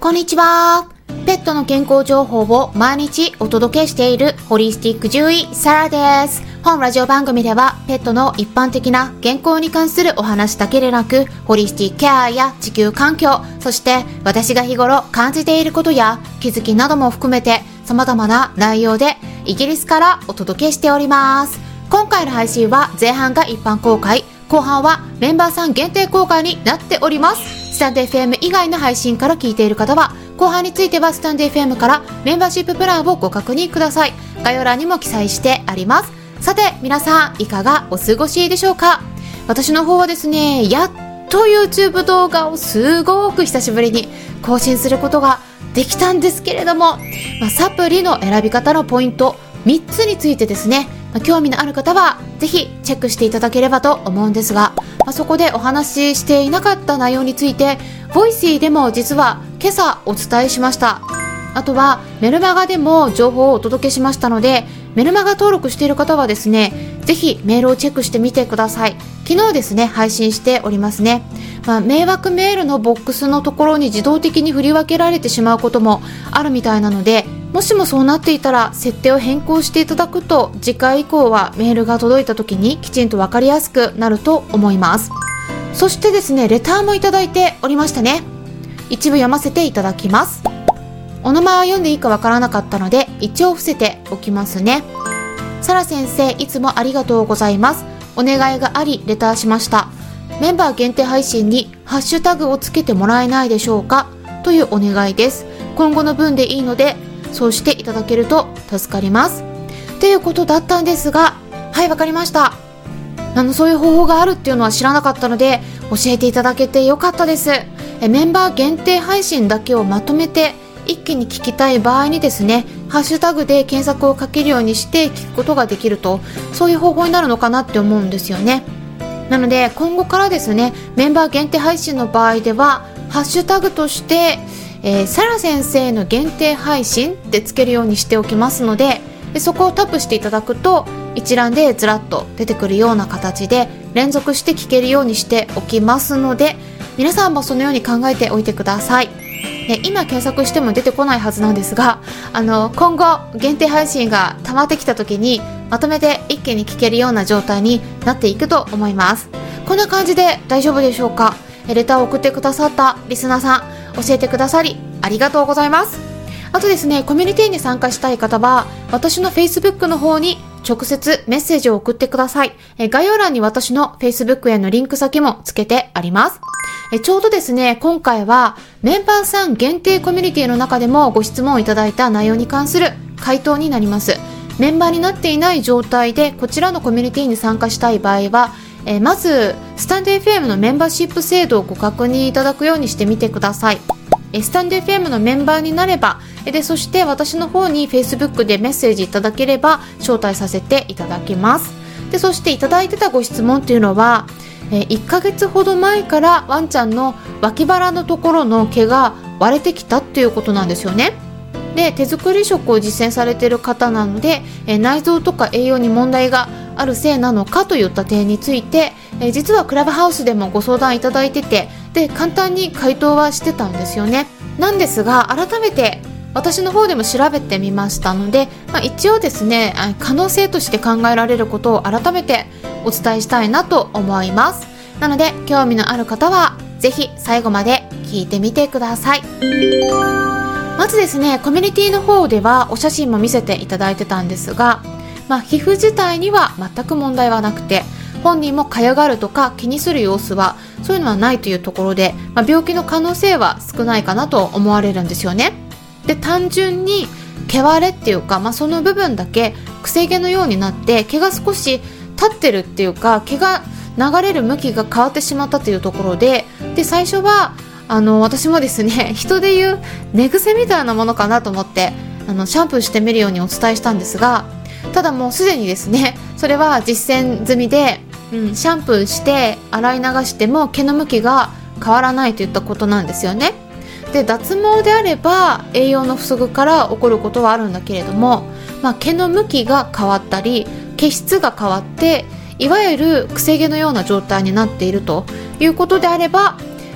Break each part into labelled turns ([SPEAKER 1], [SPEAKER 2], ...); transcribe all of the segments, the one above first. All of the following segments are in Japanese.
[SPEAKER 1] こんにちは。ペットの健康情報を毎日お届けしているホリスティック獣医サラです。本ラジオ番組ではペットの一般的な健康に関するお話だけでなく、ホリスティックケアや地球環境、そして私が日頃感じていることや気づきなども含めて様々な内容でイギリスからお届けしております。今回の配信は前半が一般公開、後半はメンバーさん限定公開になっております。スタンド FM 以外の配信から聞いている方は、後半についてはスタンド FM からメンバーシッププランをご確認ください。概要欄にも記載してあります。さて皆さんいかがお過ごしでしょうか。私の方はですね、やっと YouTube 動画をすごく久しぶりに更新することができたんですけれども、サプリの選び方のポイント3つについてですね、興味のある方はぜひチェックしていただければと思うんですが、そこでお話ししていなかった内容についてボイシーでも実は今朝お伝えしました。あとはメルマガでも情報をお届けしましたので、メルマガ登録している方はですね、ぜひメールをチェックしてみてください。昨日ですね、配信しておりますね。迷惑メールのボックスのところに自動的に振り分けられてしまうこともあるみたいなので、もしもそうなっていたら設定を変更していただくと、次回以降はメールが届いた時にきちんと分かりやすくなると思います。そしてですね、レターもいただいておりましたね。一部読ませていただきます。お名前は読んでいいかわからなかったので一応伏せておきますね。サラ先生、いつもありがとうございます。お願いがありレターしました。メンバー限定配信にハッシュタグをつけてもらえないでしょうかというお願いです。今後の分でいいのでそうしていただけると助かりますということだったんですが、はい、わかりました。そういう方法があるっていうのは知らなかったので教えていただけてよかったです。メンバー限定配信だけをまとめて一気に聞きたい場合にですね、ハッシュタグで検索をかけるようにして聞くことができると、そういう方法になるのかなって思うんですよね。なので今後からですね、メンバー限定配信の場合ではハッシュタグとしてサラ先生の限定配信ってつけるようにしておきますので、そこをタップしていただくと一覧でずらっと出てくるような形で連続して聞けるようにしておきますので、皆さんもそのように考えておいてください。今検索しても出てこないはずなんですが、今後限定配信が溜まってきた時にまとめて一気に聞けるような状態になっていくと思います。こんな感じで大丈夫でしょうか。レターを送ってくださったリスナーさん、教えてくださりありがとうございます。あとですね、コミュニティに参加したい方は私の Facebook の方に直接メッセージを送ってください。概要欄に私の Facebook へのリンク先もつけてあります。ちょうどですね、今回はメンバーさん限定コミュニティの中でもご質問をいただいた内容に関する回答になります。メンバーになっていない状態でこちらのコミュニティに参加したい場合は、まずスタンド FM のメンバーシップ制度をご確認いただくようにしてみてください。スタンド FM のメンバーになれば、そして私の方に Facebook でメッセージいただければ招待させていただきます。そしていただいてたご質問っていうのは、1ヶ月ほど前からワンちゃんの脇腹のところの毛が割れてきたっていうことなんですよね。で、手作り食を実践されている方なので、内臓とか栄養に問題があるせいなのかといった点について、実はクラブハウスでもご相談いただいてて、で簡単に回答はしてたんですよね。なんですが改めて私の方でも調べてみましたので、一応ですね、可能性として考えられることを改めてお伝えしたいなと思います。なので興味のある方はぜひ最後まで聞いてみてください。まずですね、コミュニティの方ではお写真も見せていただいてたんですが、皮膚自体には全く問題はなくて、本人もかゆがるとか気にする様子はそういうのはないというところで、病気の可能性は少ないかなと思われるんですよね。で、単純に毛割れっていうか、その部分だけくせ毛のようになって毛が少し立ってるっていうか、毛が流れる向きが変わってしまったというところで、最初は私もですね、人でいう寝癖みたいなものかなと思ってシャンプーしてみるようにお伝えしたんですが、ただもうすでにですね、それは実践済みで、シャンプーして洗い流しても毛の向きが変わらないといったことなんですよね。で、脱毛であれば栄養の不足から起こることはあるんだけれども、毛の向きが変わったり毛質が変わっていわゆるくせ毛のような状態になっているということであれば、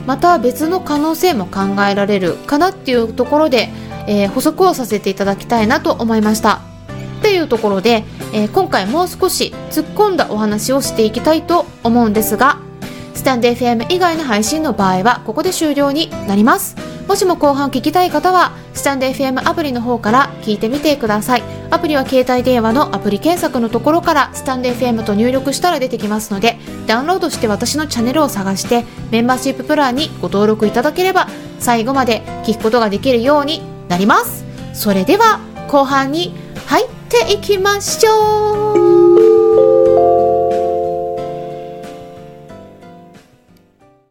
[SPEAKER 1] また別の可能性も考えられるかなっていうところで、補足をさせていただきたいなと思いました。というところで、今回もう少し突っ込んだお話をしていきたいと思うんですが、スタンド FM 以外の配信の場合はここで終了になります。もしも後半聞きたい方はスタンド FM アプリの方から聞いてみてください。アプリは携帯電話のアプリ検索のところからスタンド FM と入力したら出てきますので、ダウンロードして私のチャンネルを探してメンバーシッププランにご登録いただければ最後まで聞くことができるようになります。それでは後半に入っていきましょう。